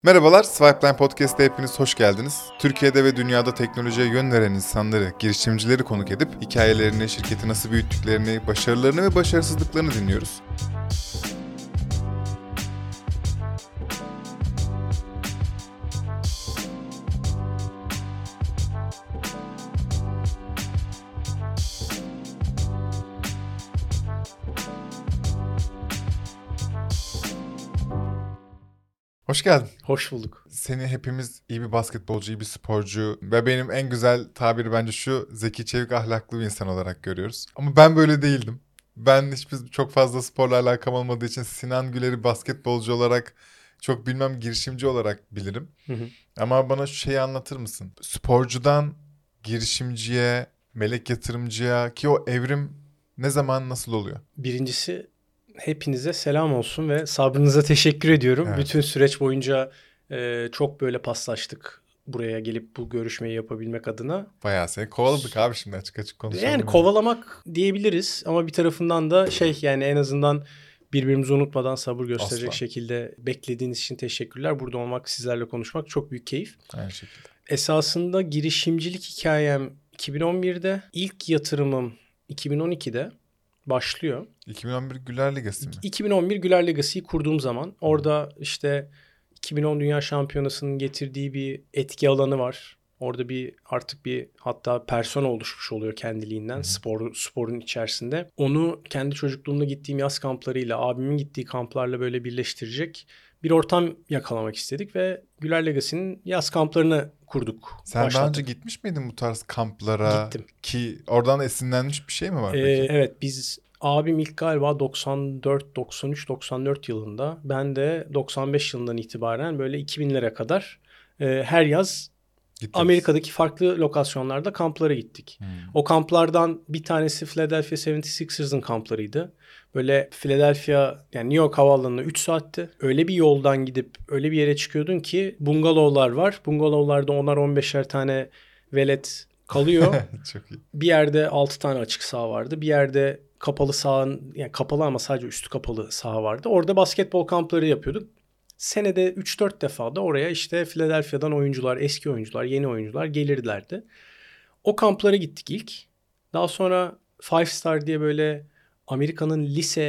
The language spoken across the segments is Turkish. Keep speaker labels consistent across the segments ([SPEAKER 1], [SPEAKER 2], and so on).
[SPEAKER 1] Merhabalar, Swipeline Podcast'a hepiniz hoş geldiniz. Türkiye'de ve dünyada teknolojiye yön veren insanları, girişimcileri konuk edip hikayelerini, şirketi nasıl büyüttüklerini, başarılarını ve başarısızlıklarını dinliyoruz. Hoş geldin.
[SPEAKER 2] Hoş bulduk.
[SPEAKER 1] Seni hepimiz iyi bir basketbolcu, iyi bir sporcu ve benim en güzel tabiri bence şu, zeki, çevik, ahlaklı bir insan olarak görüyoruz. Ama ben böyle değildim. Ben çok fazla sporla alakam olmadığı için Sinan Güler'i basketbolcu olarak çok bilmem, girişimci olarak bilirim. Ama bana şu şeyi anlatır mısın? Sporcudan girişimciye, melek yatırımcıya ki o evrim ne zaman, nasıl oluyor?
[SPEAKER 2] Birincisi hepinize selam olsun ve sabrınıza teşekkür ediyorum.
[SPEAKER 1] Evet.
[SPEAKER 2] Bütün süreç boyunca çok böyle paslaştık buraya gelip bu görüşmeyi yapabilmek adına.
[SPEAKER 1] Bayağı seni kovaladık abi, şimdi açık açık konuşalım.
[SPEAKER 2] Yani kovalamak diyebiliriz ama bir tarafından da yani en azından birbirimizi unutmadan sabır gösterecek şekilde beklediğiniz için teşekkürler. Burada olmak, sizlerle konuşmak çok büyük keyif.
[SPEAKER 1] Aynı şekilde.
[SPEAKER 2] Esasında girişimcilik hikayem 2011'de, ilk yatırımım 2012'de başlıyor.
[SPEAKER 1] 2011 Güler Ligası mı?
[SPEAKER 2] 2011 Güler Legacy'yi kurduğum zaman orada işte 2010 Dünya Şampiyonası'nın getirdiği bir etki alanı var. Orada artık hatta persona oluşmuş oluyor kendiliğinden sporun içerisinde. Onu kendi çocukluğumda gittiğim yaz kamplarıyla, abimin gittiği kamplarla böyle birleştirecek bir ortam yakalamak istedik ve Güler Legacy'nin yaz kamplarını kurduk.
[SPEAKER 1] Sen daha önce gitmiş miydin bu tarz kamplara?
[SPEAKER 2] Gittim.
[SPEAKER 1] Ki oradan esinlenmiş bir şey mi var peki?
[SPEAKER 2] Evet, abim ilk galiba 94, 93, 94 yılında. Ben de 95 yılından itibaren böyle 2000'lere kadar her yaz
[SPEAKER 1] Gittiniz.
[SPEAKER 2] Amerika'daki farklı lokasyonlarda kamplara gittik. O kamplardan bir tanesi Philadelphia 76ers'ın kamplarıydı. Böyle Philadelphia, yani New York havaalanına 3 saatti. Öyle bir yoldan gidip öyle bir yere çıkıyordun ki bungalovlar var. Bungalovlarda 10'ar 15'er tane velet kalıyor.
[SPEAKER 1] Çok iyi.
[SPEAKER 2] Bir yerde 6 tane açık saha vardı. Bir yerde kapalı sahanın, yani kapalı ama sadece üstü kapalı saha vardı. Orada basketbol kampları yapıyorduk. Senede 3-4 defa da oraya işte Philadelphia'dan oyuncular, eski oyuncular, yeni oyuncular gelirlerdi. O kamplara gittik ilk. Daha sonra Five Star diye böyle Amerika'nın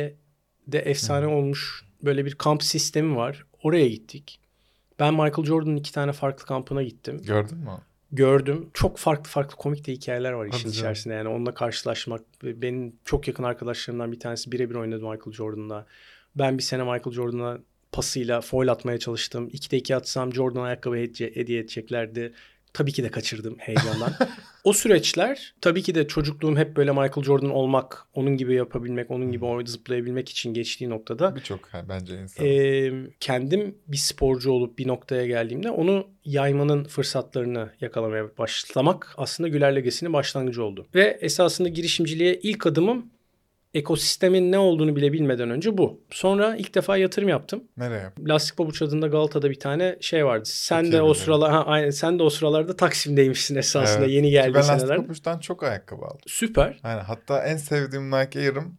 [SPEAKER 2] lisede efsane olmuş böyle bir kamp sistemi var. Oraya gittik. Ben Michael Jordan'ın 2 tane farklı kampına gittim.
[SPEAKER 1] Gördün mü?
[SPEAKER 2] Gördüm. Çok farklı komik de hikayeler var işin
[SPEAKER 1] Hadi
[SPEAKER 2] içerisinde. Yani onunla karşılaşmak. Benim çok yakın arkadaşlarımdan bir tanesi birebir oynadı Michael Jordan'la. Ben bir sene Michael Jordan'a pasıyla foul atmaya çalıştım. 2'de 2 atsam Jordan ayakkabı hediye edeceklerdi. Tabii ki de kaçırdım heyecandan. O süreçler tabii ki de çocukluğum hep böyle Michael Jordan olmak, onun gibi yapabilmek, onun gibi zıplayabilmek için geçtiği noktada.
[SPEAKER 1] Birçok bence insan.
[SPEAKER 2] Kendim bir sporcu olup bir noktaya geldiğimde onu yaymanın fırsatlarını yakalamaya başlamak aslında Güler Legacy'nin başlangıcı oldu. Ve esasında girişimciliğe ilk adımım ekosistemin ne olduğunu bile bilmeden önce bu. Sonra ilk defa yatırım yaptım.
[SPEAKER 1] Nereye?
[SPEAKER 2] Lastik Pabuç adında Galata'da bir tane şey vardı. Sen de o sıralarda Taksim'deymişsin esasında,
[SPEAKER 1] evet.
[SPEAKER 2] yeni geldiğin
[SPEAKER 1] senelerde. Ben
[SPEAKER 2] seneler.
[SPEAKER 1] Lastik Pabuç'tan çok ayakkabı aldım.
[SPEAKER 2] Süper.
[SPEAKER 1] Yani hatta en sevdiğim Nike Air'ım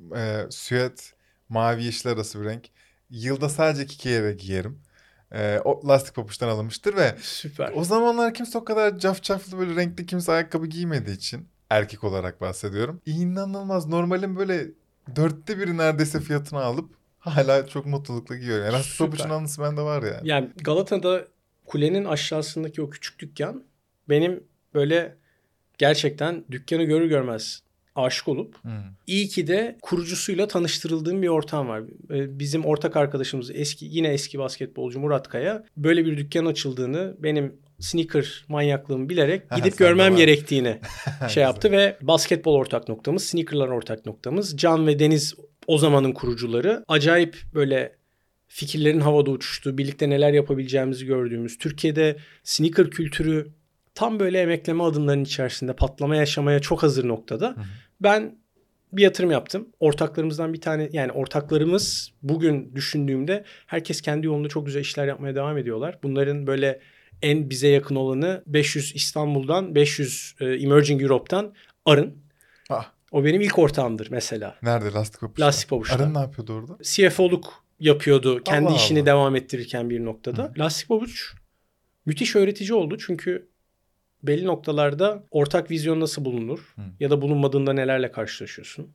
[SPEAKER 1] süet, mavi yeşil arası bir renk. Yılda sadece 2 kere giyerim. O Lastik Pabuç'tan alınmıştır ve
[SPEAKER 2] süper.
[SPEAKER 1] O zamanlar kimse o kadar cafcaflı böyle renkli kimse ayakkabı giymediği için, erkek olarak bahsediyorum, İnanılmaz. Normalin böyle 1/4 neredeyse fiyatını alıp hala çok mutlulukla giyiyorum. Yani Lastik Pabuç'un anısı bende var yani.
[SPEAKER 2] Yani Galata'da kulenin aşağısındaki o küçük dükkan benim böyle gerçekten dükkanı görür görmez aşık olup iyi ki de kurucusuyla tanıştırıldığım bir ortam var. Bizim ortak arkadaşımız yine eski basketbolcu Murat Kaya böyle bir dükkan açıldığını, benim sneaker manyaklığımı bilerek gidip görmem gerektiğini yaptı ve basketbol ortak noktamız, sneakerlar ortak noktamız. Can ve Deniz o zamanın kurucuları. Acayip böyle fikirlerin havada uçuştuğu, birlikte neler yapabileceğimizi gördüğümüz, Türkiye'de sneaker kültürü tam böyle emekleme adımlarının içerisinde patlama yaşamaya çok hazır noktada. Ben bir yatırım yaptım. Ortaklarımızdan bir tane, yani ortaklarımız bugün düşündüğümde herkes kendi yolunda çok güzel işler yapmaya devam ediyorlar. Bunların böyle en bize yakın olanı 500 İstanbul'dan, 500 Emerging Europe'tan Arın. O benim ilk ortağımdır mesela.
[SPEAKER 1] Nerede? Lastik Pabuç'ta.
[SPEAKER 2] Lastik Pabuç'ta.
[SPEAKER 1] Arın ne yapıyordu orada?
[SPEAKER 2] CFO'luk yapıyordu. Kendi
[SPEAKER 1] Allah
[SPEAKER 2] işini
[SPEAKER 1] Allah.
[SPEAKER 2] devam ettirirken bir noktada. Lastik Pabuç müthiş öğretici oldu. Çünkü belli noktalarda ortak vizyon nasıl bulunur? Ya da bulunmadığında nelerle karşılaşıyorsun?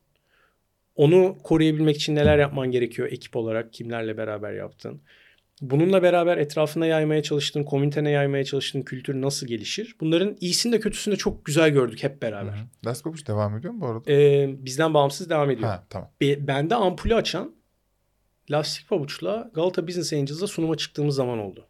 [SPEAKER 2] Onu koruyabilmek için neler yapman gerekiyor ekip olarak? Kimlerle beraber yaptın? Bununla beraber etrafına yaymaya çalıştığın, komünitene yaymaya çalıştığın kültür nasıl gelişir? Bunların iyisini de kötüsünü de çok güzel gördük hep beraber.
[SPEAKER 1] Lastik Pabuç devam ediyor mu bu arada?
[SPEAKER 2] Bizden bağımsız devam ediyor.
[SPEAKER 1] Ha, tamam.
[SPEAKER 2] Bende ampulü açan Lastik Pabuç'la Galata Business Angels'a sunuma çıktığımız zaman oldu.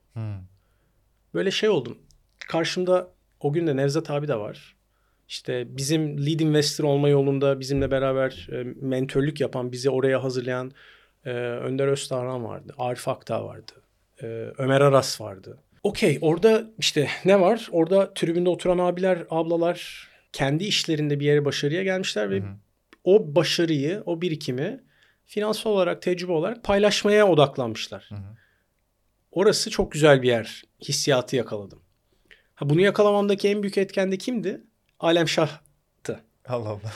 [SPEAKER 2] Böyle şey oldum. Karşımda o gün de Nevzat abi de var. İşte bizim lead investor olma yolunda bizimle beraber mentörlük yapan, bizi oraya hazırlayan Önder Öztağran vardı. Arif Aktağ vardı. Ömer Aras vardı. Okey, orada işte ne var? Orada tribünde oturan abiler, ablalar kendi işlerinde bir yere başarıya gelmişler ve o başarıyı, o birikimi finansal olarak, tecrübe olarak paylaşmaya odaklanmışlar. Orası çok güzel bir yer. Hissiyatı yakaladım. Bunu yakalamamdaki en büyük etken de kimdi? Alemşah'tı.
[SPEAKER 1] Allah Allah.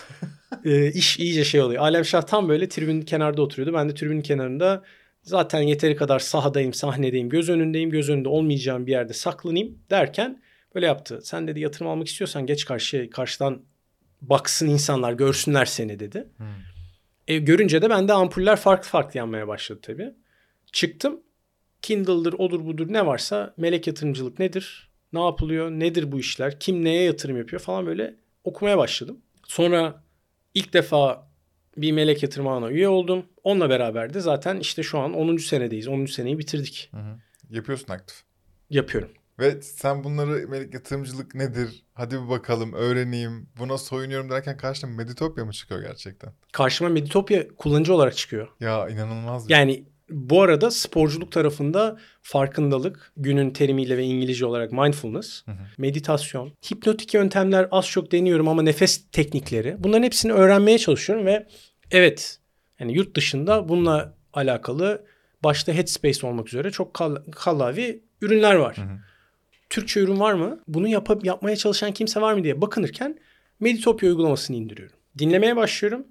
[SPEAKER 2] İş iyice şey oluyor. Alemşah tam böyle tribünün kenarda oturuyordu. Ben de tribünün kenarında zaten yeteri kadar sahadayım, sahnedeyim, göz önündeyim, göz önünde olmayacağım bir yerde saklanayım derken böyle yaptı. Sen dedi yatırım almak istiyorsan geç karşıdan baksın insanlar, görsünler seni dedi. Görünce de bende ampuller farklı farklı yanmaya başladı tabii. Çıktım. Kindle'dır, odur budur ne varsa melek yatırımcılık nedir? Ne yapılıyor? Nedir bu işler? Kim neye yatırım yapıyor falan böyle okumaya başladım. Sonra ilk defa bir melek yatırım ağına üye oldum. Onunla beraber de zaten işte şu an 10. senedeyiz. 10. seneyi bitirdik.
[SPEAKER 1] Yapıyorsun aktif.
[SPEAKER 2] Yapıyorum.
[SPEAKER 1] Ve sen bunları melek yatırımcılık nedir? Hadi bir bakalım öğreneyim. Buna soyunuyorum derken karşına Meditopya mı çıkıyor gerçekten?
[SPEAKER 2] Karşıma Meditopya kullanıcı olarak çıkıyor.
[SPEAKER 1] Ya inanılmaz.
[SPEAKER 2] Yani bu arada sporculuk tarafında farkındalık, günün terimiyle ve İngilizce olarak mindfulness, meditasyon, hipnotik yöntemler az çok deniyorum ama nefes teknikleri. Bunların hepsini öğrenmeye çalışıyorum ve evet yani yurt dışında bununla alakalı başta Headspace olmak üzere çok kallavi ürünler var. Türkçe ürün var mı? Bunu yapmaya çalışan kimse var mı diye bakınırken Meditopya uygulamasını indiriyorum. Dinlemeye başlıyorum.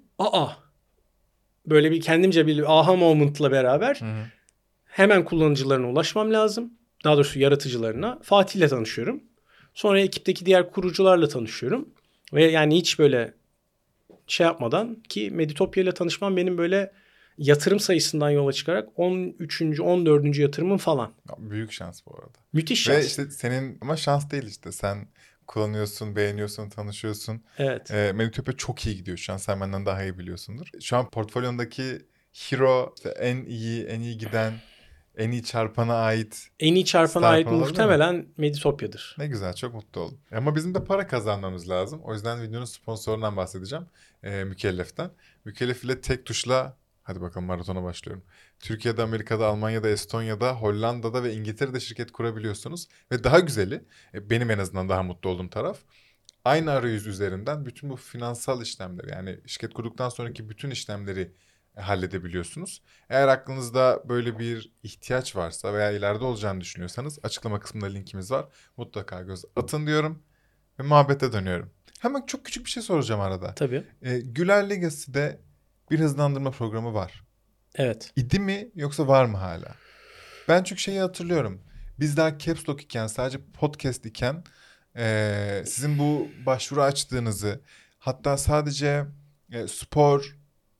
[SPEAKER 2] Böyle bir kendimce bir aha moment'la beraber hemen kullanıcılarına ulaşmam lazım. Daha doğrusu yaratıcılarına. Fatih'le tanışıyorum. Sonra ekipteki diğer kurucularla tanışıyorum. Ve yani hiç böyle şey yapmadan ki Meditopya ile tanışmam benim böyle yatırım sayısından yola çıkarak 13. 14. yatırımım falan.
[SPEAKER 1] Büyük şans bu arada.
[SPEAKER 2] Müthiş şans.
[SPEAKER 1] Ve işte senin ama şans değil işte. Sen kullanıyorsun, beğeniyorsun, tanışıyorsun.
[SPEAKER 2] Evet.
[SPEAKER 1] Meditopya çok iyi gidiyor şu an. Sen benden daha iyi biliyorsundur. Şu an portfolyondaki hero işte en iyi giden, en iyi çarpana ait.
[SPEAKER 2] En iyi çarpana ait
[SPEAKER 1] olabilir mi?
[SPEAKER 2] muhtemelen Meditopya'dır.
[SPEAKER 1] Ne güzel, çok mutlu oldum. Ama bizim de para kazanmamız lazım. O yüzden videonun sponsorundan bahsedeceğim. Mükellef'ten. Mükellef ile tek tuşla hadi bakalım maratona başlıyorum. Türkiye'de, Amerika'da, Almanya'da, Estonya'da, Hollanda'da ve İngiltere'de şirket kurabiliyorsunuz. Ve daha güzeli, benim en azından daha mutlu olduğum taraf, aynı arayüz üzerinden bütün bu finansal işlemleri, yani şirket kurduktan sonraki bütün işlemleri halledebiliyorsunuz. Eğer aklınızda böyle bir ihtiyaç varsa veya ileride olacağını düşünüyorsanız açıklama kısmında linkimiz var. Mutlaka göz atın diyorum ve muhabbete dönüyorum. Hemen çok küçük bir şey soracağım arada.
[SPEAKER 2] Tabii.
[SPEAKER 1] Güler Legacy'de bir hızlandırma programı var.
[SPEAKER 2] Evet.
[SPEAKER 1] İdi mi yoksa var mı hala? Ben çünkü şeyi hatırlıyorum. Biz daha Caps Lock iken, sadece podcast iken sizin bu başvuru açtığınızı, hatta sadece spor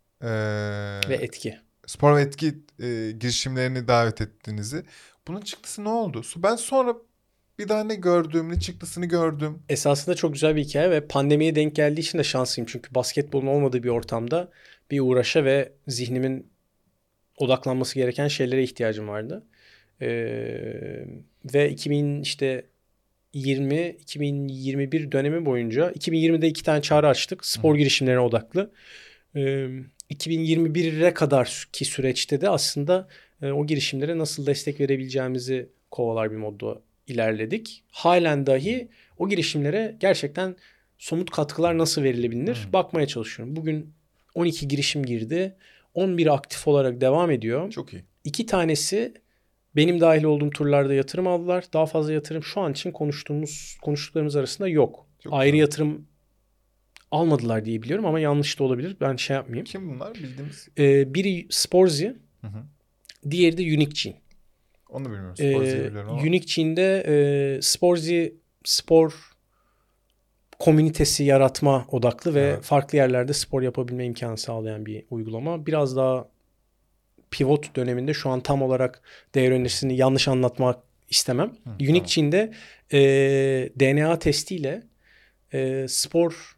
[SPEAKER 2] Ve etki.
[SPEAKER 1] spor ve etki girişimlerini davet ettiğinizi. Bunun çıktısı ne oldu? Ben sonra bir daha ne gördüm, ne çıktısını gördüm.
[SPEAKER 2] Esasında çok güzel bir hikaye ve pandemiye denk geldiği için de şanslıyım. Çünkü basketbolun olmadığı bir ortamda bir uğraşa ve zihnimin odaklanması gereken şeylere ihtiyacım vardı. Ve 2021 dönemi boyunca 2020'de 2 tane çağrı açtık. Spor girişimlerine odaklı. 2021'e kadar ki süreçte de aslında o girişimlere nasıl destek verebileceğimizi kovalar bir modda ilerledik. Halen dahi o girişimlere gerçekten somut katkılar nasıl verilebilir bakmaya çalışıyorum. Bugün 12 girişim girdi. 11 aktif olarak devam ediyor.
[SPEAKER 1] Çok iyi.
[SPEAKER 2] 2 tanesi benim dahil olduğum turlarda yatırım aldılar. Daha fazla yatırım şu an için konuştuklarımız arasında yok.
[SPEAKER 1] Çok
[SPEAKER 2] ayrı
[SPEAKER 1] güzel.
[SPEAKER 2] yatırım almadılar diye biliyorum ama yanlış da olabilir. Ben şey yapmayayım.
[SPEAKER 1] Kim bunlar bildiğimiz?
[SPEAKER 2] Biri Sporzy. Diğeri de Unique Gene.
[SPEAKER 1] Onu bilmiyorum. Sporzi'yi biliyorum ama.
[SPEAKER 2] Unique Gene'de Sporzi spor komünitesi yaratma odaklı ve farklı yerlerde spor yapabilme imkanı sağlayan bir uygulama. Biraz daha pivot döneminde, şu an tam olarak değer önerisini yanlış anlatmak istemem. Unique Gene'de DNA testiyle spor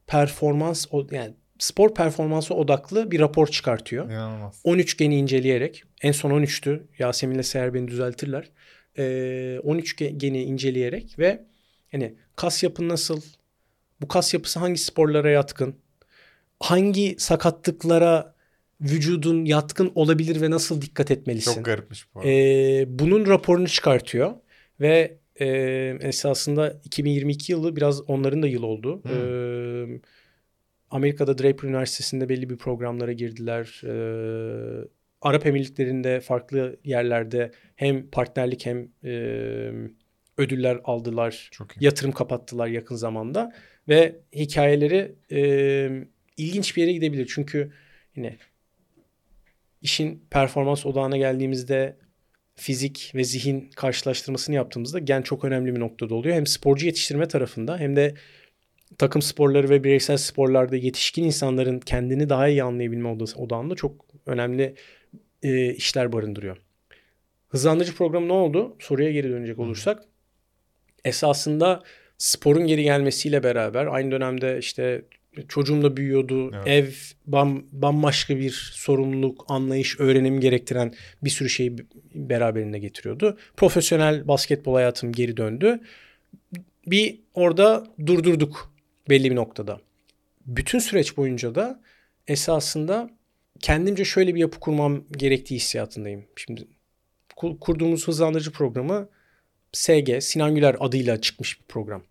[SPEAKER 2] performansı odaklı bir rapor çıkartıyor.
[SPEAKER 1] İnanılmaz.
[SPEAKER 2] 13 geni inceleyerek, en son 13'tü. Yasemin'le Seher beni düzeltirler. 13 geni inceleyerek ve hani kas yapın nasıl, bu kas yapısı hangi sporlara yatkın, hangi sakatlıklara vücudun yatkın olabilir ve nasıl dikkat etmelisin.
[SPEAKER 1] Çok garipmiş bu arada.
[SPEAKER 2] Bunun raporunu çıkartıyor ve esasında 2022 yılı biraz onların da yıl oldu. Amerika'da Draper Üniversitesi'nde belli bir programlara girdiler. Arap Emirlikleri'nde farklı yerlerde hem partnerlik hem ödüller aldılar. Yatırım kapattılar yakın zamanda. Ve hikayeleri ilginç bir yere gidebilir. Çünkü yine işin performans odağına geldiğimizde fizik ve zihin karşılaştırmasını yaptığımızda gen çok önemli bir noktada oluyor. Hem sporcu yetiştirme tarafında hem de takım sporları ve bireysel sporlarda yetişkin insanların kendini daha iyi anlayabilme odağında çok önemli işler barındırıyor. Hızlandırıcı programı ne oldu? Soruya geri dönecek olursak. Esasında sporun geri gelmesiyle beraber aynı dönemde işte çocuğum da büyüyordu. Evet. Ev bambaşka bir sorumluluk, anlayış, öğrenim gerektiren bir sürü şeyi beraberinde getiriyordu. Profesyonel basketbol hayatım geri döndü. Bir orada durdurduk belli bir noktada. Bütün süreç boyunca da esasında kendimce şöyle bir yapı kurmam gerektiği hissiyatındayım. Şimdi kurduğumuz hızlandırıcı programı SG, Sinan Güler adıyla çıkmış bir program.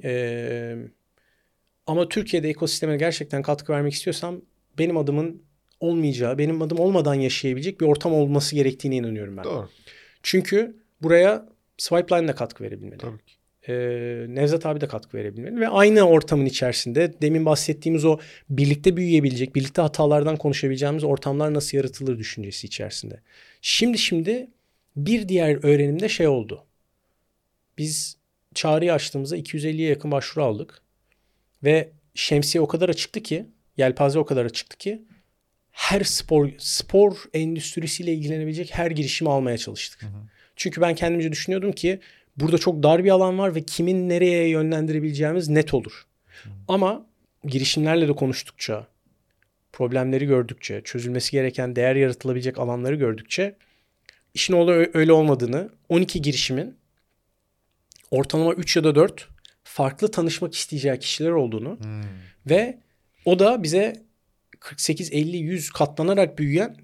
[SPEAKER 2] Ama Türkiye'de ekosisteme gerçekten katkı vermek istiyorsam benim adımın olmayacağı, benim adım olmadan yaşayabilecek bir ortam olması gerektiğine inanıyorum ben.
[SPEAKER 1] Doğru.
[SPEAKER 2] Çünkü buraya Swipeline'la katkı verebilmeli.
[SPEAKER 1] Tabii ki.
[SPEAKER 2] Nevzat abi de katkı verebilmeli ve aynı ortamın içerisinde demin bahsettiğimiz o birlikte büyüyebilecek, birlikte hatalardan konuşabileceğimiz ortamlar nasıl yaratılır düşüncesi içerisinde. Şimdi bir diğer öğrenimde şey oldu. Biz çağrıyı açtığımızda 250'ye yakın başvuru aldık ve şemsiye o kadar açıktı ki, yelpaze o kadar açıktı ki her spor endüstrisiyle ilgilenebilecek her girişimi almaya çalıştık. Çünkü ben kendimce düşünüyordum ki burada çok dar bir alan var ve kimin nereye yönlendirebileceğimiz net olur. Ama girişimlerle de konuştukça, problemleri gördükçe, çözülmesi gereken değer yaratılabilecek alanları gördükçe işin öyle olmadığını, 12 girişimin ortalama 3 ya da 4 farklı tanışmak isteyeceği kişiler olduğunu ve o da bize 48, 50, 100 katlanarak büyüyen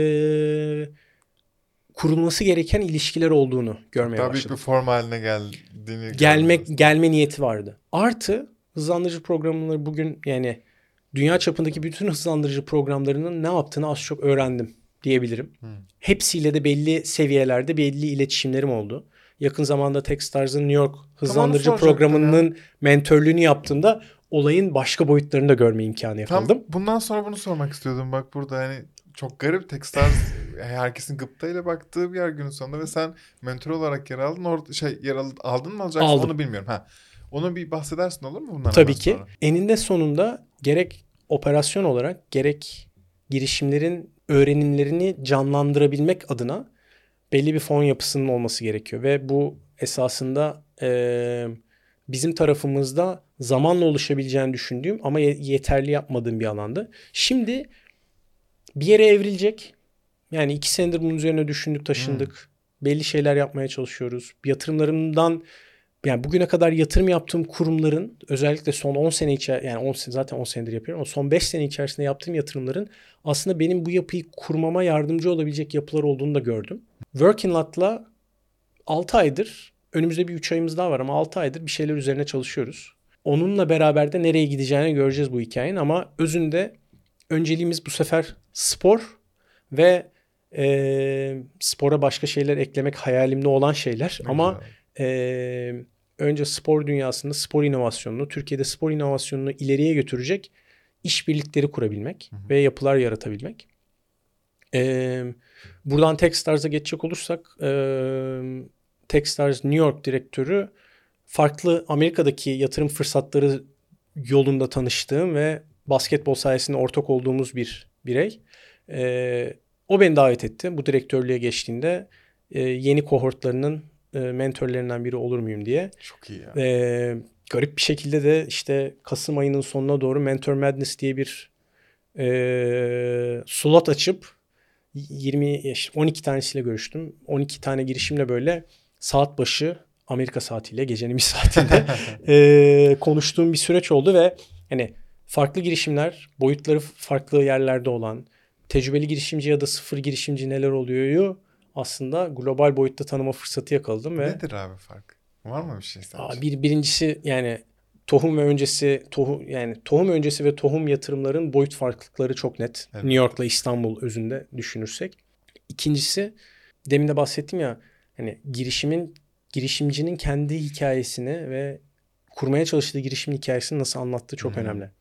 [SPEAKER 2] kurulması gereken ilişkiler olduğunu görmeye başladık.
[SPEAKER 1] Tabii bir form haline
[SPEAKER 2] gelme niyeti vardı. Artı hızlandırıcı programları bugün yani dünya çapındaki bütün hızlandırıcı programlarının ne yaptığını az çok öğrendim diyebilirim. Hepsiyle de belli seviyelerde belli iletişimlerim oldu. Yakın zamanda Techstars'ın New York hızlandırıcı programının mentörlüğünü yaptığımda olayın başka boyutlarını da görme imkanı yakaladım.
[SPEAKER 1] Bundan sonra bunu sormak istiyordum. Bak burada yani çok garip Techstars herkesin gıptayla baktığı bir yer günün sonunda ve sen mentor olarak yer aldın. Aldın mı alacaksın onu bilmiyorum. Onu bir bahsedersin olur mu bundan?
[SPEAKER 2] Tabii ki. Sonra? Eninde sonunda gerek operasyon olarak gerek girişimlerin öğrenimlerini canlandırabilmek adına belli bir fon yapısının olması gerekiyor. Ve bu esasında bizim tarafımızda zamanla oluşabileceğini düşündüğüm ama yeterli yapmadığım bir alandı. Şimdi bir yere evrilecek. Yani 2 senedir bunun üzerine düşündük, taşındık. Belli şeyler yapmaya çalışıyoruz. Yatırımlarımdan yani bugüne kadar yatırım yaptığım kurumların özellikle son 10 sene zaten 10 senedir yapıyorum ama son 5 sene içerisinde yaptığım yatırımların aslında benim bu yapıyı kurmama yardımcı olabilecek yapılar olduğunu da gördüm. Working Lot'la 6 aydır, önümüzde bir 3 ayımız daha var ama 6 aydır bir şeyler üzerine çalışıyoruz. Onunla beraber de nereye gideceğini göreceğiz bu hikayenin ama özünde önceliğimiz bu sefer spor ve spora başka şeyler eklemek hayalimde olan şeyler. Güzel. Ama önce spor dünyasında spor inovasyonunu, Türkiye'de spor inovasyonunu ileriye götürecek işbirlikleri kurabilmek ve yapılar yaratabilmek. Buradan Techstars'a geçecek olursak Techstars New York direktörü farklı Amerika'daki yatırım fırsatları yolunda tanıştığım ve basketbol sayesinde ortak olduğumuz bir birey. O beni davet etti. Bu direktörlüğe geçtiğinde yeni kohortlarının mentörlerinden biri olur muyum diye.
[SPEAKER 1] Çok iyi ya.
[SPEAKER 2] Garip bir şekilde de işte Kasım ayının sonuna doğru Mentor Madness diye bir slot açıp 12 tanesiyle görüştüm. 12 tane girişimle böyle saat başı Amerika saatiyle gecenin bir saatinde konuştuğum bir süreç oldu ve hani farklı girişimler, boyutları farklı yerlerde olan, tecrübeli girişimci ya da sıfır girişimci neler oluyor aslında global boyutta tanıma fırsatı yakaladım ve
[SPEAKER 1] Nedir abi fark? Var mı bir şey sence?
[SPEAKER 2] birincisi yani tohum öncesi ve tohum yatırımların boyut farklılıkları çok net.
[SPEAKER 1] Evet.
[SPEAKER 2] New York'la İstanbul özünde düşünürsek. İkincisi demin de bahsettim ya hani girişimcinin kendi hikayesini ve kurmaya çalıştığı girişimin hikayesini nasıl anlattığı çok önemli.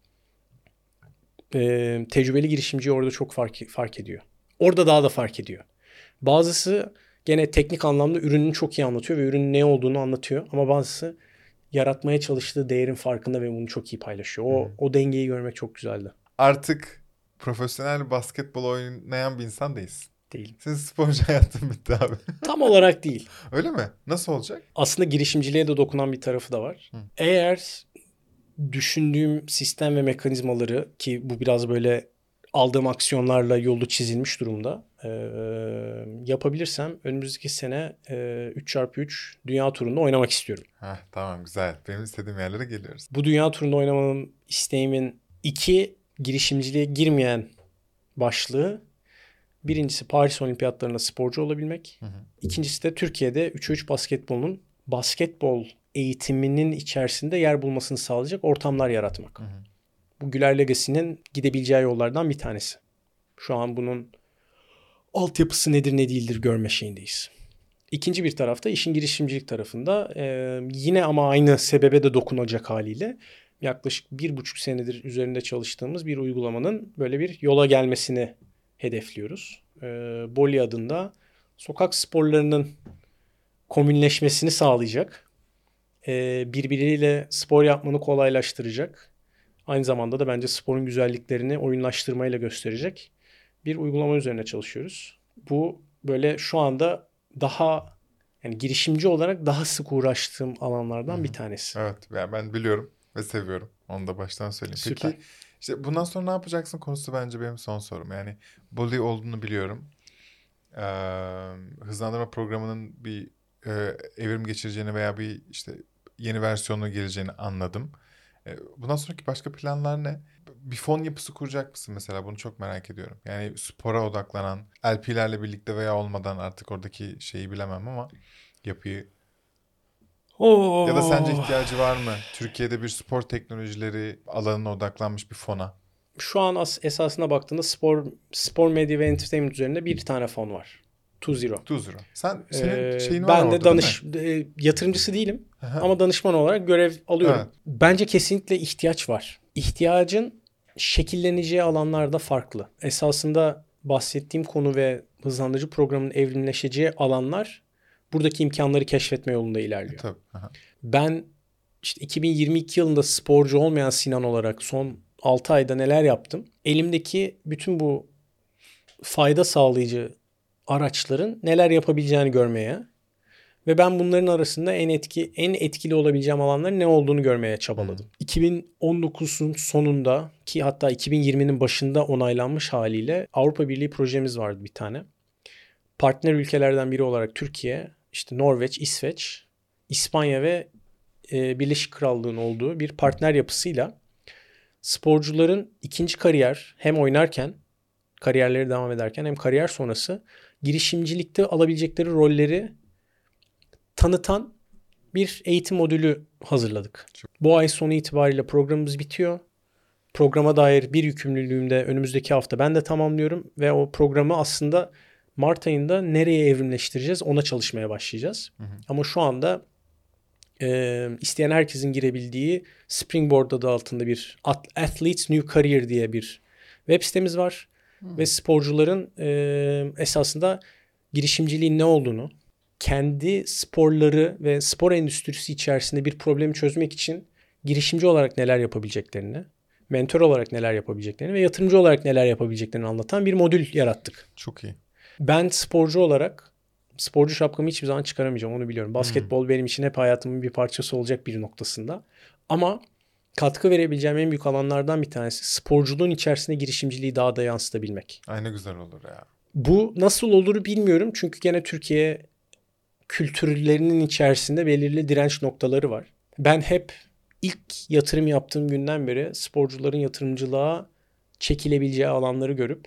[SPEAKER 2] Tecrübeli girişimci orada çok fark ediyor. Orada daha da fark ediyor. Bazısı gene teknik anlamda ürününü çok iyi anlatıyor ve ürünün ne olduğunu anlatıyor. Ama bazısı yaratmaya çalıştığı değerin farkında ve bunu çok iyi paylaşıyor. O dengeyi görmek çok güzeldi.
[SPEAKER 1] Artık profesyonel basketbol oynayan bir insan değilsin.
[SPEAKER 2] Değil.
[SPEAKER 1] Senin sporcu hayatın bitti abi.
[SPEAKER 2] Tam olarak değil.
[SPEAKER 1] Öyle mi? Nasıl olacak?
[SPEAKER 2] Aslında girişimciliğe de dokunan bir tarafı da var. Eğer düşündüğüm sistem ve mekanizmaları ki bu biraz böyle aldığım aksiyonlarla yolu çizilmiş durumda yapabilirsem önümüzdeki sene 3x3 dünya turunda oynamak istiyorum.
[SPEAKER 1] Tamam güzel. Benim istediğim yerlere geliyoruz.
[SPEAKER 2] Bu dünya turunda oynamanın isteğimin 2 girişimciliğe girmeyen başlığı. Birincisi Paris Olimpiyatlarında sporcu olabilmek. İkincisi de Türkiye'de 3'e 3 basketbolun basketbol eğitiminin içerisinde yer bulmasını sağlayacak ortamlar yaratmak. Bu Güler Legacy'nin gidebileceği yollardan bir tanesi. Şu an bunun altyapısı nedir ne değildir görme şeyindeyiz. İkinci bir tarafta işin girişimcilik tarafında yine ama aynı sebebe de dokunacak haliyle yaklaşık 1,5 senedir üzerinde çalıştığımız bir uygulamanın böyle bir yola gelmesini hedefliyoruz. Boli adında sokak sporlarının komünleşmesini sağlayacak. Birbiriyle spor yapmanı kolaylaştıracak. Aynı zamanda da bence sporun güzelliklerini oyunlaştırmayla gösterecek bir uygulama üzerine çalışıyoruz. Bu böyle şu anda daha yani girişimci olarak daha sık uğraştığım alanlardan bir tanesi.
[SPEAKER 1] Evet yani ben biliyorum ve seviyorum. Onu da baştan söyleyeyim.
[SPEAKER 2] Süper.
[SPEAKER 1] Peki işte bundan sonra ne yapacaksın konusu bence benim son sorum. Yani Boli olduğunu biliyorum. Hızlandırma programının bir evrim geçireceğini veya bir işte yeni versiyonu geleceğini anladım. Bundan sonraki başka planlar ne? Bir fon yapısı kuracak mısın mesela? Bunu çok merak ediyorum. Yani spora odaklanan, LP'lerle birlikte veya olmadan artık oradaki şeyi bilemem ama yapıyı. Ya da sence ihtiyacı var mı? Türkiye'de bir spor teknolojileri alanına odaklanmış bir fona.
[SPEAKER 2] Şu an esasına baktığında spor medya ve entertainment üzerinde bir tane fon var. 2-0.
[SPEAKER 1] 2-0. Senin şeyin var
[SPEAKER 2] Ben de
[SPEAKER 1] orada değil mi?
[SPEAKER 2] yatırımcısı değilim ama danışman olarak görev alıyorum.
[SPEAKER 1] Evet.
[SPEAKER 2] Bence kesinlikle ihtiyaç var. İhtiyacın şekilleneceği alanlarda farklı. Esasında bahsettiğim konu ve hızlandırıcı programın evrimleşeceği alanlar buradaki imkanları keşfetme yolunda ilerliyor.
[SPEAKER 1] Tabii.
[SPEAKER 2] Ben işte 2022 yılında sporcu olmayan Sinan olarak son 6 ayda neler yaptım? Elimdeki bütün bu fayda sağlayıcı araçların neler yapabileceğini görmeye ve ben bunların arasında en etkili olabileceğim alanların ne olduğunu görmeye çabaladım. 2019'un sonunda ki hatta 2020'nin başında onaylanmış haliyle Avrupa Birliği projemiz vardı bir tane. Partner ülkelerden biri olarak Türkiye, işte Norveç, İsveç, İspanya ve Birleşik Krallığın olduğu bir partner yapısıyla sporcuların ikinci kariyer hem oynarken kariyerleri devam ederken hem kariyer sonrası girişimcilikte alabilecekleri rolleri tanıtan bir eğitim modülü hazırladık. Bu ay sonu itibariyle programımız bitiyor. Programa dair bir yükümlülüğüm de önümüzdeki hafta ben de tamamlıyorum ve o programı aslında Mart ayında nereye evrimleştireceğiz ona çalışmaya başlayacağız. Ama şu anda isteyen herkesin girebildiği Springboard adı altında bir Athletes New Career diye bir web sitemiz var. Ve sporcuların esasında girişimciliğin ne olduğunu, kendi sporları ve spor endüstrisi içerisinde bir problemi çözmek için girişimci olarak neler yapabileceklerini, mentor olarak neler yapabileceklerini ve yatırımcı olarak neler yapabileceklerini anlatan bir modül yarattık.
[SPEAKER 1] Çok iyi.
[SPEAKER 2] Ben sporcu olarak sporcu şapkamı hiçbir zaman çıkaramayacağım, onu biliyorum. Basketbol benim için hep hayatımın bir parçası olacak bir noktasında. Ama katkı verebileceğim en büyük alanlardan bir tanesi sporculuğun içerisinde girişimciliği daha da yansıtabilmek.
[SPEAKER 1] Ay ne güzel olur ya.
[SPEAKER 2] Bu nasıl olur bilmiyorum. Çünkü gene Türkiye kültürlerinin içerisinde belirli direnç noktaları var. Ben hep ilk yatırım yaptığım günden beri sporcuların yatırımcılığa çekilebileceği alanları görüp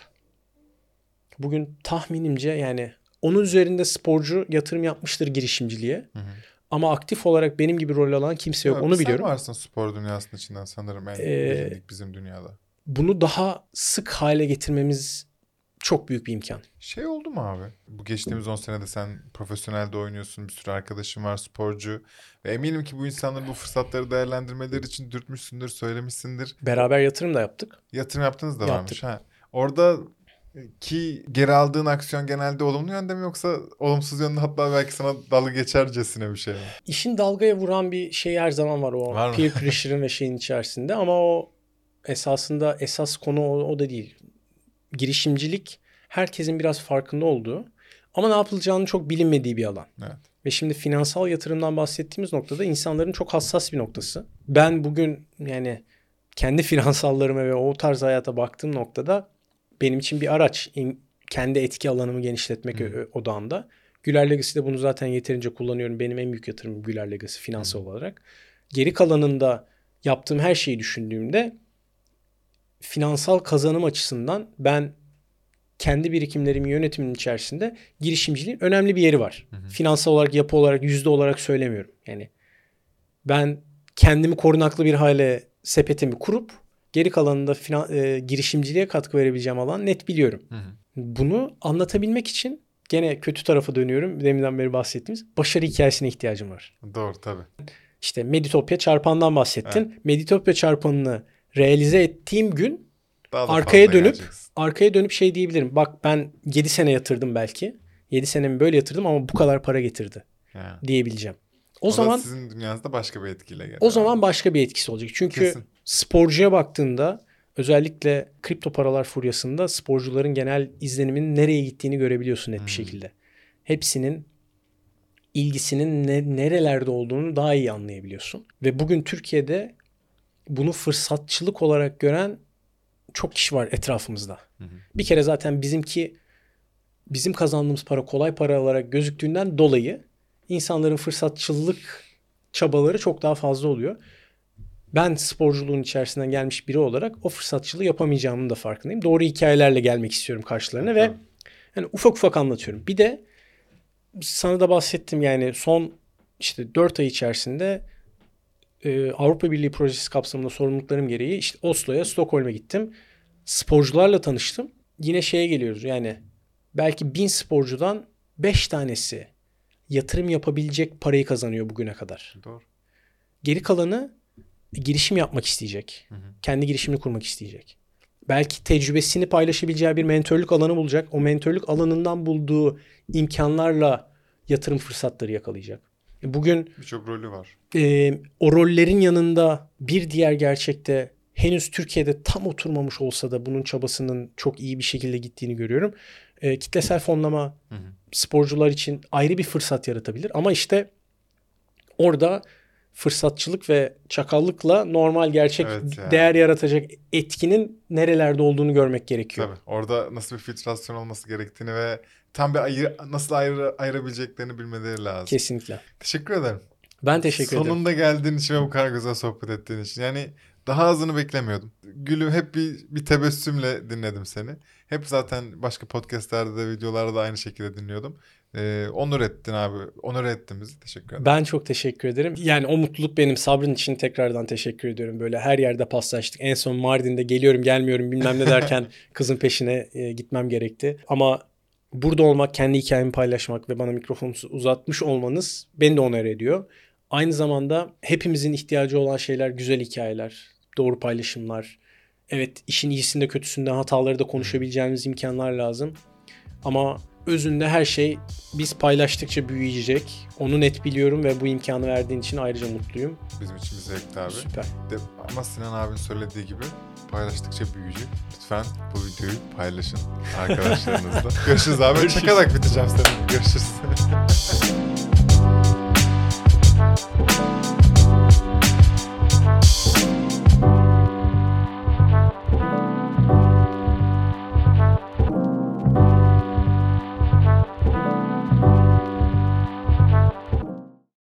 [SPEAKER 2] bugün tahminimce yani onun üzerinde sporcu yatırım yapmıştır girişimciliğe. Ama aktif olarak benim gibi rol alan kimse yok. Onu biliyorum.
[SPEAKER 1] Sen varsın spor dünyasının içinden sanırım en bilindik bizim dünyada.
[SPEAKER 2] Bunu daha sık hale getirmemiz çok büyük bir imkan.
[SPEAKER 1] Şey oldu mu abi? Bu geçtiğimiz 10 senede sen profesyonelde oynuyorsun. Bir sürü arkadaşın var sporcu. Ve eminim ki bu insanları bu fırsatları değerlendirmeleri için dürtmüşsündür, söylemişsindir.
[SPEAKER 2] Beraber yatırım da yaptık.
[SPEAKER 1] Yatırım yaptınız da
[SPEAKER 2] Yaptık.
[SPEAKER 1] varmış. Ha. Orada ki geri aldığın aksiyon genelde olumlu yönde mi yoksa olumsuz yönde, hatta belki sana dalga geçercesine bir şey mi?
[SPEAKER 2] İşin dalgaya vuran bir şey her zaman var o
[SPEAKER 1] Var mı?
[SPEAKER 2] peer pressure'ın ve şeyin içerisinde ama o esasında esas konu o da değil. Girişimcilik herkesin biraz farkında olduğu ama ne yapılacağını çok bilinmediği bir alan.
[SPEAKER 1] Evet.
[SPEAKER 2] Ve şimdi finansal yatırımdan bahsettiğimiz noktada insanların çok hassas bir noktası. Ben bugün yani kendi finansallarıma ve o tarz hayata baktığım noktada benim için bir araç. Kendi etki alanımı genişletmek odağında. Güler Legacy'de bunu zaten yeterince kullanıyorum. Benim en büyük yatırımım Güler Legacy finansal olarak. Geri kalanında yaptığım her şeyi düşündüğümde finansal kazanım açısından ben kendi birikimlerimin yönetiminin içerisinde girişimciliğin önemli bir yeri var. Finansal olarak, yapı olarak, yüzde olarak söylemiyorum. Yani ben kendimi korunaklı bir hale sepetimi kurup geri kalanında girişimciliğe katkı verebileceğim alan net biliyorum. Bunu anlatabilmek için gene kötü tarafa dönüyorum. Deminden beri bahsettiğimiz başarı hikayesine ihtiyacım var.
[SPEAKER 1] Doğru tabii.
[SPEAKER 2] İşte Meditopya çarpandan bahsettin. Evet. Meditopya çarpanını realize ettiğim gün arkaya dönüp şey diyebilirim. Bak ben 7 sene yatırdım belki. 7 senemi böyle yatırdım ama bu kadar para getirdi diyebileceğim. O zaman
[SPEAKER 1] sizin dünyanızda başka bir etkiyle geldi.
[SPEAKER 2] O zaman başka bir etkisi olacak. Çünkü kesin. Sporcuya baktığında özellikle kripto paralar furyasında sporcuların genel izleniminin nereye gittiğini görebiliyorsun net bir şekilde. Hepsinin ilgisinin nerelerde olduğunu daha iyi anlayabiliyorsun. Ve bugün Türkiye'de bunu fırsatçılık olarak gören çok kişi var etrafımızda. Bir kere zaten bizim kazandığımız para kolay para olarak gözüktüğünden dolayı insanların fırsatçılık çabaları çok daha fazla oluyor. Ben sporculuğun içerisinden gelmiş biri olarak o fırsatçılığı yapamayacağımın da farkındayım. Doğru hikayelerle gelmek istiyorum karşılarına ve yani ufak ufak anlatıyorum. Bir de sana da bahsettim yani son işte 4 ay içerisinde Avrupa Birliği projesi kapsamında sorumluluklarım gereği işte Oslo'ya, Stockholm'e gittim. Sporcularla tanıştım. Yine şeye geliyoruz yani belki 1000 sporcudan 5 tanesi yatırım yapabilecek parayı kazanıyor bugüne kadar.
[SPEAKER 1] Doğru.
[SPEAKER 2] Geri kalanı girişim yapmak isteyecek. Kendi girişimini kurmak isteyecek. Belki tecrübesini paylaşabileceği bir mentörlük alanı bulacak. O mentörlük alanından bulduğu imkanlarla yatırım fırsatları yakalayacak. Bugün
[SPEAKER 1] birçok rolü var.
[SPEAKER 2] O rollerin yanında bir diğer gerçekte henüz Türkiye'de tam oturmamış olsa da bunun çabasının çok iyi bir şekilde gittiğini görüyorum. Kitlesel fonlama sporcular için ayrı bir fırsat yaratabilir. Ama işte orada fırsatçılık ve çakallıkla normal gerçek değer yaratacak etkinin nerelerde olduğunu görmek gerekiyor.
[SPEAKER 1] Tabii. Orada nasıl bir filtrasyon olması gerektiğini ve tam bir nasıl ayırabileceklerini bilmeleri lazım.
[SPEAKER 2] Kesinlikle.
[SPEAKER 1] Teşekkür ederim.
[SPEAKER 2] Ben teşekkür ederim.
[SPEAKER 1] Sonunda geldiğin için ve bu kadar güzel sohbet ettiğin için. Yani daha azını beklemiyordum. Gülüm hep bir tebessümle dinledim seni. Hep zaten başka podcastlerde de videolarda da aynı şekilde dinliyordum. Onur ettin abi. Onur ettin bizi. Teşekkür ederim.
[SPEAKER 2] Ben çok teşekkür ederim. Yani o mutluluk benim. Sabrın için tekrardan teşekkür ediyorum. Böyle her yerde paslaştık. En son Mardin'de geliyorum gelmiyorum bilmem ne derken kızın peşine gitmem gerekti. Ama burada olmak, kendi hikayemi paylaşmak ve bana mikrofonu uzatmış olmanız beni de onur ediyor. Aynı zamanda hepimizin ihtiyacı olan şeyler güzel hikayeler, doğru paylaşımlar, Evet, işin iyisinde kötüsünden hataları da konuşabileceğimiz imkanlar lazım. Ama özünde her şey biz paylaştıkça büyüyecek. Onu net biliyorum ve bu imkanı verdiğin için ayrıca mutluyum.
[SPEAKER 1] Bizim için bir zevkti abi.
[SPEAKER 2] Süper.
[SPEAKER 1] Ama Sinan abinin söylediği gibi paylaştıkça büyüyecek. Lütfen bu videoyu paylaşın arkadaşlarınızla. Görüşürüz abi. Çakarak biteceğim seni. Görüşürüz.